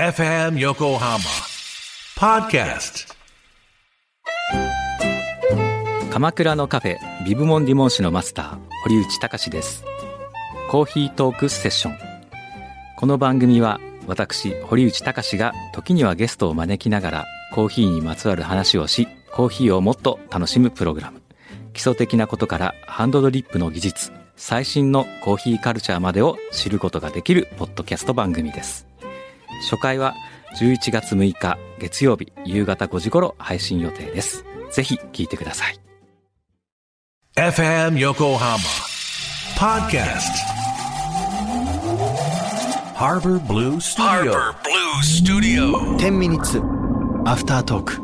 FM Yokohama Podcast。 鎌倉のカフェビブモンディモン市のマスター堀内隆です。コーヒートークセッション。この番組は私堀内隆が時にはゲストを招きながらコーヒーにまつわる話をし、コーヒーをもっと楽しむプログラム。基礎的なことからハンドドリップの技術、最新のコーヒーカルチャーまでを知ることができるポッドキャスト番組です。初回は11月6日月曜日夕方5時頃配信予定です。ぜひ聞いてください。 FM Yokohama Podcast Harbor Blue Studio 10ミニッツアフタートーク。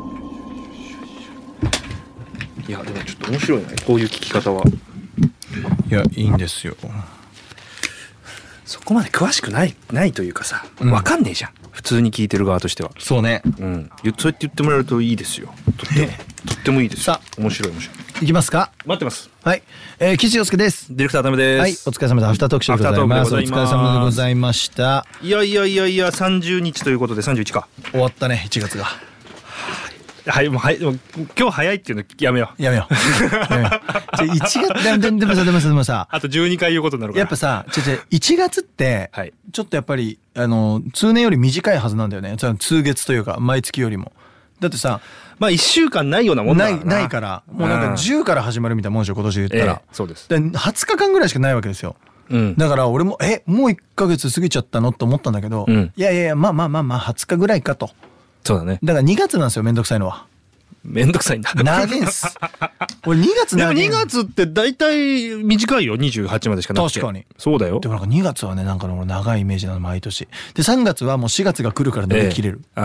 いやでもちょっと面白いね、こういう聞き方は。 いや、いいんですよ。 そこまで詳しくないというかさ、分かんねえじゃん、普通に聞いてる側としては。 そうね、 そうやって言ってもらえるといいですよ。とってもいいですよ。 さあ面白い。 いきますか。 待ってます。 はい、岸洋介です。 ディレクターダメです。 はい、お疲れ様です。アフタートークショーでございます。お疲れ様でございました。 いや30日ということで31か。 終わったね、1月が。 はい、もう今日早いっていうのやめよう。 1月でもさあと12回言うことになるから。 やっぱさ、1月って、 はい、 ちょっとやっぱり通年より短いはずなんだよね。通月というか毎月よりも。だってさ、 まあ1週間ないようなもんだからないからもうなんか10から始まるみたいなもんでしょ、今年で言ったら。 そうです。 で20日間ぐらいしかないわけですよ。だから俺ももう1ヶ月過ぎちゃったのと思ったんだけど、いやまあ20日ぐらいかと。 そうだね。 だから2月なんですよ、めんどくさいのは。 めんどくさいんだ。 長いんす。俺2月でも2月って大体短いよ、28までしかなくて。 確かに。 そうだよ。 でもなんか2月はね、なんか俺長いイメージなの、毎年。で3月はもう4月が来るから乗り切れる。で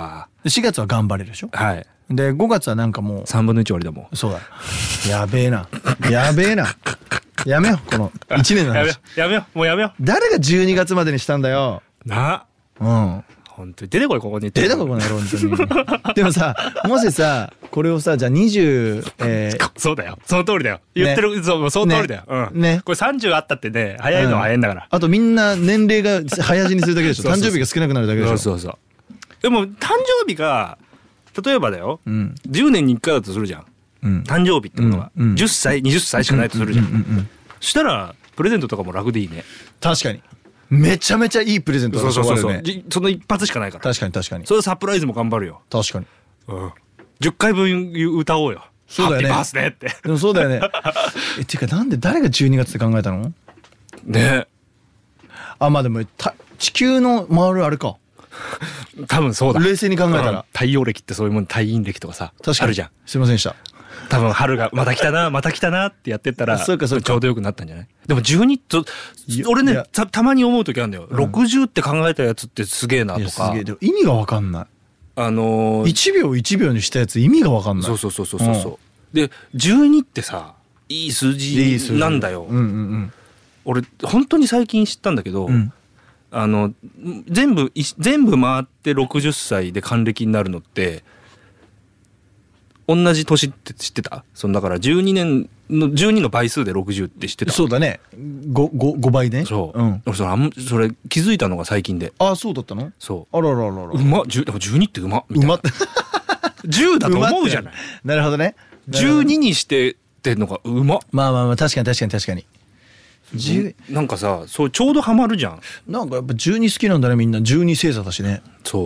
4月は頑張れるでしょ。 はい。 で5月はなんかもう 3分の1終わりだもん。そうだ。 やべえなやめよ、この1年の話。 やめよもうやめよ。 誰が12月までにしたんだよな。 本当に出てこい、ここに。 出てこい、この野郎、本当に。でもさ、もしさ、これをさ、じゃあそうだよ、その通りだよ、言ってる、ね、その通りだよ。ね、これ30あったってね、早いのは早いんだから。あとみんな年齢が早死にするだけでしょ。誕生日が少なくなるだけでしょ。 そう。でも誕生日が例えばだよ、10年に1回だとするじゃん、誕生日ってものが10歳20歳しかないとするじゃん。したらプレゼントとかも楽でいいね。確かにめちゃめちゃいいプレゼントだ。そうその一発しかないから。確かにそれサプライズも頑張るよ。確かに10回分歌おうよ。そうだよね、ハッピーバースデーって。でもそうだよね。っていうか、なんで誰が12月って考えたのね。まあでも地球の回るあれか、多分そうだ。冷静に考えたら太陽暦ってそういうもん、太陰暦とかさあるじゃん。 すいませんでした。 多分春がまた来たなってやってったらちょうどよくなったんじゃない。でも12と俺ね、たまに思う時あるんだよ。60って考えたやつってすげえなとか。でも意味が分かんない。1秒1秒にしたやつ意味が分かんない。そうで12ってさ、いい数字なんだよ。俺本当に最近知ったんだけど、全部回って60歳で還暦になるのって同じ年って知ってた？だから12年の12の倍数で60って知ってた？そうだね。5倍ね。そう。俺それ気づいたのが最近で。あ、そうだったの？そう。あら。12ってうまみたいな。10だと思うじゃない。なるほどね。12にしてってのがうま。まあ確かに。なんかさ、そうちょうどハマるじゃん。なんかやっぱ12好きなんだね、みんな。12星座だしね。そう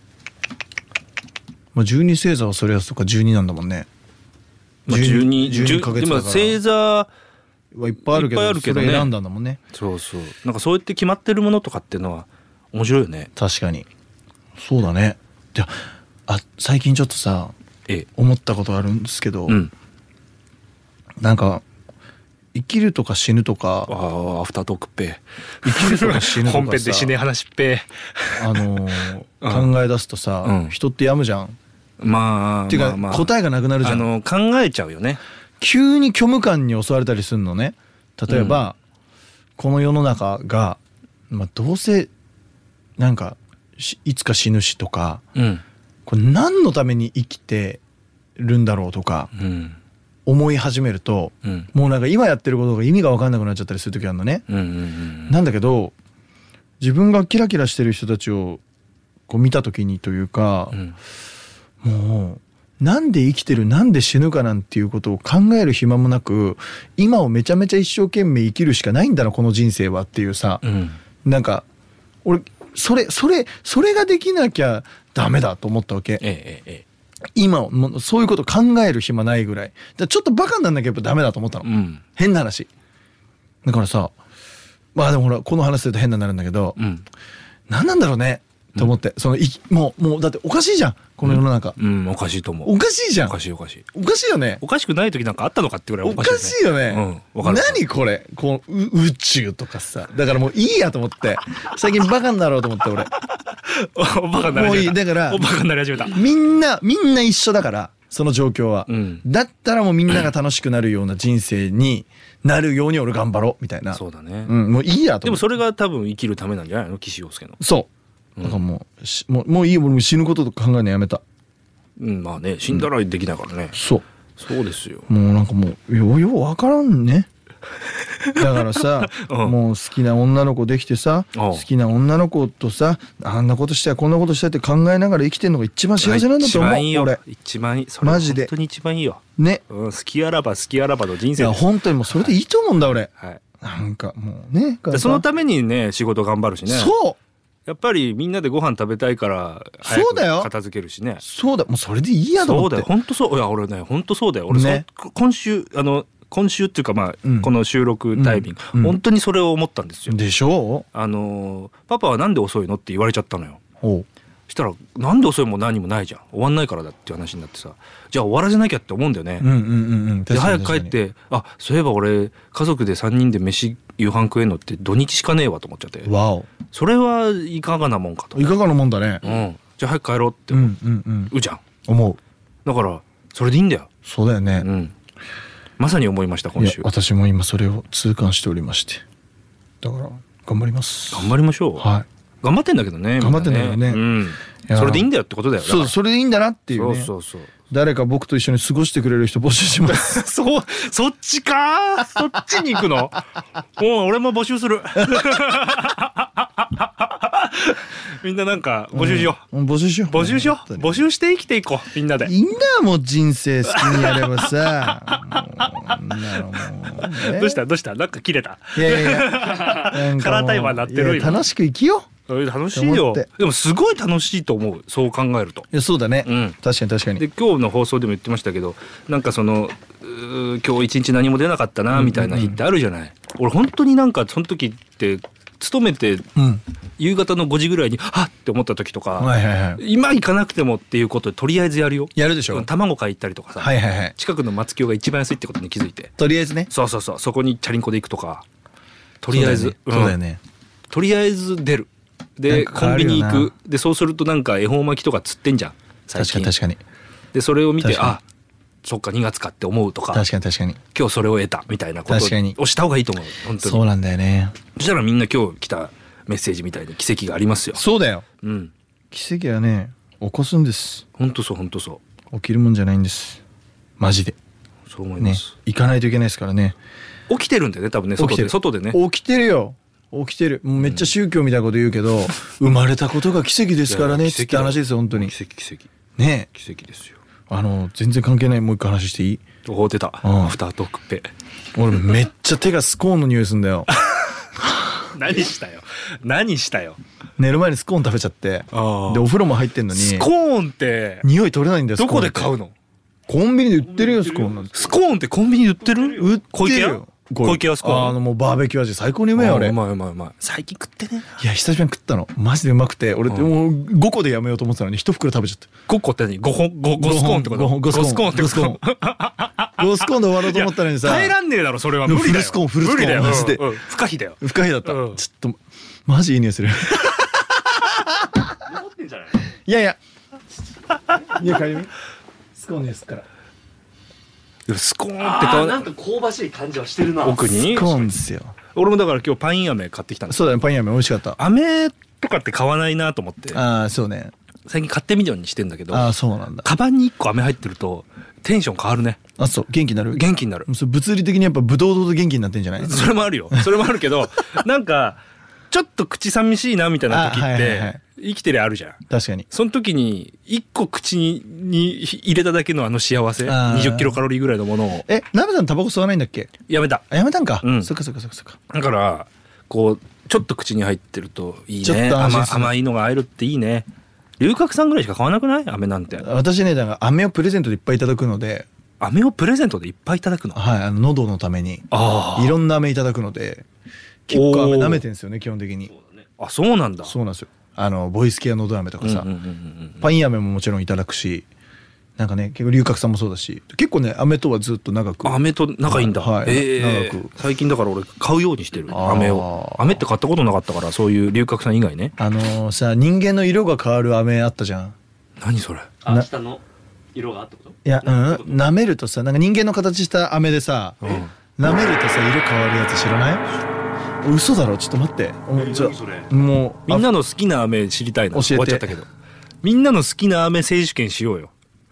。12星座はそれはとか12なんだもんね。12ヶ月だから。でも星座はいっぱいあるけどそれ選んだんだもんね。そう。なんかそうやって決まってるものとかっていうのは面白いよね。確かに。そうだね。じゃ最近ちょっとさ、思ったことあるんですけど、なんか生きるとか死ぬとか、アフタートークっぺ。生きるとか死ぬとかさ、本編で死ね話っぺ。考え出すとさ、人って病むじゃん。っていうか答えがなくなるじゃん。考えちゃうよね。急に虚無感に襲われたりするのね。例えば、この世の中が、どうせなんかいつか死ぬしとか、これ何のために生きてるんだろうとか思い始めると、もうなんか今やってることが意味が分かんなくなっちゃったりする時あるのね。なんだけど自分がキラキラしてる人たちをこう見た時にというか、もうなんで生きてるなんで死ぬかなんていうことを考える暇もなく今をめちゃめちゃ一生懸命生きるしかないんだなこの人生はっていうさ、なんか俺それができなきゃダメだと思ったわけ。今もうそういうこと考える暇ないぐらいだ、ちょっとバカになんなきゃやっぱダメだと思ったの、変な話だからさ。まあでもほらこの話すると変になるんだけど、何なんだろうねと思って、そのもうだっておかしいじゃんこの世の中、 おかしいと思う。 おかしいじゃん。 おかしいよね。 おかしくない時なんかあったのかってぐらいおかしいよね。何これこう宇宙とかさ、だからもういいやと思って最近バカになろうと思って俺バカになり始めた。もういいだからバカになり始めた。 みんな一緒だからその状況は、だったらもうみんなが楽しくなるような人生になるように俺頑張ろうみたいな。 そうだね、 もういいやと思って。でもそれが多分生きるためなんじゃないの岸洋介の。 そうだからもういいよ、俺も死ぬこととか考えるのやめた。 まあね死んだらできないからね、そうですよ。 もうなんかもうようわからんねだからさ、もう好きな女の子できてさ、好きな女の子とさあんなことしたいこんなことしたいって考えながら生きてるのが一番幸せなんだと思う。俺一番いい。それマジで本当に一番いいよね、 好きあらばの人生。 いや本当にもうそれでいいと思うんだ俺、なんかもうねそのためにね仕事頑張るしね。 そうやっぱりみんなでご飯食べたいから早く片付けるしね。 そうだもうそれでいいやと思って。 そうだよ本当そう。いや俺ね本当そうだよ。俺ね今週っていうかまあ、この収録タイミング、本当にそれを思ったんですよ。 でしょう。 パパはなんで遅いのって言われちゃったのよ。そしたらなんで遅いも何もないじゃん、終わんないからだっていう話になってさ、じゃあ終わらせなきゃって思うんだよね。で早く帰ってそういえば俺家族で3人で夕飯食えんのって土日しかねえわと思っちゃって。それはいかがなもんかと。 いかがなもんだね。 じゃあ早く帰ろうってうじゃん思う。 だからそれでいいんだよ。 そうだよね、 まさに思いました今週。 私も今それを痛感しておりまして、だから頑張ります。 頑張りましょう。頑張ってんだけどね。 頑張ってんだけどね、 それでいいんだよってことだよ。 そうそれでいいんだなっていうね。そう誰か僕と一緒に過ごしてくれる人募集しますそっちかそっちに行くのもう俺も募集するみんななんか募集しよう、募集しよう募集して生きていこうみんなで。 いいんだよもう人生好きにやればさどうしたなんか切れた。 いやカラータイマー鳴ってる。 楽しく生きよう。 楽しいよ。でもすごい楽しいと思う、そう考えると。 いやそうだね、確かに。 で今日の放送でも言ってましたけど、なんかその今日一日何も出なかったなみたいな日ってあるじゃない。俺本当になんかその時って勤めて夕方の5時ぐらいにはっって思った時とか、今行かなくてもっていうことでとりあえずやるよ。 やるでしょ。 卵買い行ったりとかさ、近くの松清が一番安いってことに気づいて、 とりあえずね。 そこにチャリンコで行くとか、とりあえずそうだよね。 とりあえず出る。でコンビニ行く。でそうするとなんか恵方巻きとか釣ってんじゃん最近。 確かに。でそれを見てそっか2月かって思うとか。 確かに。 今日それを得たみたいなことをした方がいいと思う本当に。 そうなんだよね。 そしたらみんな今日来たメッセージみたいに奇跡がありますよ。 そうだよ。奇跡はね起こすんです。 本当そう。 起きるもんじゃないんです。マジで。 そう思います。 行かないといけないですからね。 起きてるんだよね多分ね。外でね。 起きてるよ。起きてる。めっちゃ宗教みたいなこと言うけど、生まれたことが奇跡ですからねって話ですよ本当に。 奇跡ね。 奇跡ですよ。 全然関係ない。もう一回話していい？ 出た。アフタートークペ。 俺めっちゃ手がスコーンの匂いすんだよ何したよ。 寝る前にスコーン食べちゃって、でお風呂も入ってんのにスコーンって匂い取れないんだよ。 どこで買うの？ コンビニで売ってるよスコーンなんて。 スコーンってコンビニで売ってる？ 売ってるよ。 小池屋スコーン。 もうバーベキュー味最高にうまいよ俺。 うまい。最近食ってね。 いや久しぶりに食ったの。マジでうまくて俺ってもう5個でやめようと思ってたのに1袋食べちゃった。 5個って何？5スコーンってこと？5スコーンってこと？ 5スコーンで終わろうと思ったのにさ。 耐えらんねえだろそれは。無理だよ。 フルスコーンマジで。 不可避だよ。 不可避だった。ちょっとマジいい匂いする。 残ってんじゃない？ いや家帰りみ。スコーンですから。 スコーンってなんか香ばしい感じはしてるな。 奥にスコーンですよ。 俺もだから今日パイン飴買ってきたんです。 そうだねパイン飴美味しかった。 飴とかって買わないなと思って。 そうね。 最近買ってみるようにしてんだけど。 そうなんだ。 カバンに1個飴入ってるとテンション変わるね。 そう元気になる。物理的にやっぱブドウ糖で元気になってんじゃない？ それもあるよ。それもあるけどなんかちょっと口寂しいなみたいな時って生きてりゃあるじゃん。 確かに。 その時に1個口に入れただけの幸せ、20キロカロリーぐらいのものを。 なべさんタバコ吸わないんだっけ？ やめた。 やめたんか。 うん、 そっかそっかそっかそっか。 だからこうちょっと口に入ってるといいね。ちょっと甘いのが会えるっていいね。龍角散ぐらいしか買わなくない？飴なんて。 私ね、だから飴をプレゼントでいっぱいいただくので。 飴をプレゼントでいっぱいいただくの？ はい、喉のためにいろんな飴いただくので、結構飴舐めてんですよね、基本的に。 あ、そうなんだ。 そうなんですよ。ボイス系のど飴とかさ、パイン飴ももちろんいただくし、なんかね、結構龍角散もそうだし、結構ね、飴とはずっと長く。 飴と仲いいんだ。 はい、長く。 最近だから俺買うようにしてる飴を。飴って買ったことなかったから、そういう龍角散以外ね。 さ、人間の色が変わる飴あったじゃん。 何それ？ 下の色があったこと？ いや、舐めるとさ、なんか人間の形した飴でさ、舐めるとさ、色変わるやつ知らない？嘘だろ、ちょっと待って。もうみんなの好きな飴知りたいな。 教えて。 終わっちゃったけど。みんなの好きな飴選手権しようよ。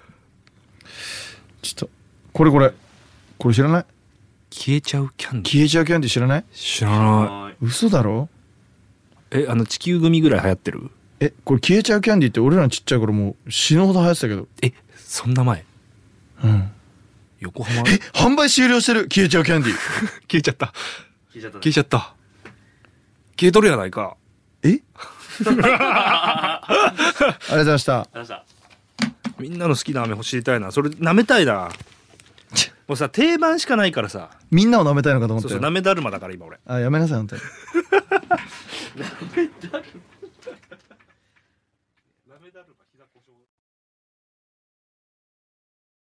ちょっとこれ知らない？ 消えちゃうキャンディー。 消えちゃうキャンディー知らない？ 知らない。 嘘だろ？ 地球組ぐらい流行ってる？ これ消えちゃうキャンディーって俺らのちっちゃい頃もう死ぬほど流行ってたけど。 そんな前？ うん。 横浜？ 販売終了してる。消えちゃうキャンディー。 消えちゃった。消えちゃった。消えとるやないか。 ありがとうございました。 みんなの好きな飴知りたいな。それ舐めたいな。もうさ、定番しかないからさ。 みんなを舐めたいのかと思って。 そう、舐めだるまだから今俺。 やめなさい本当に。 舐めだるま。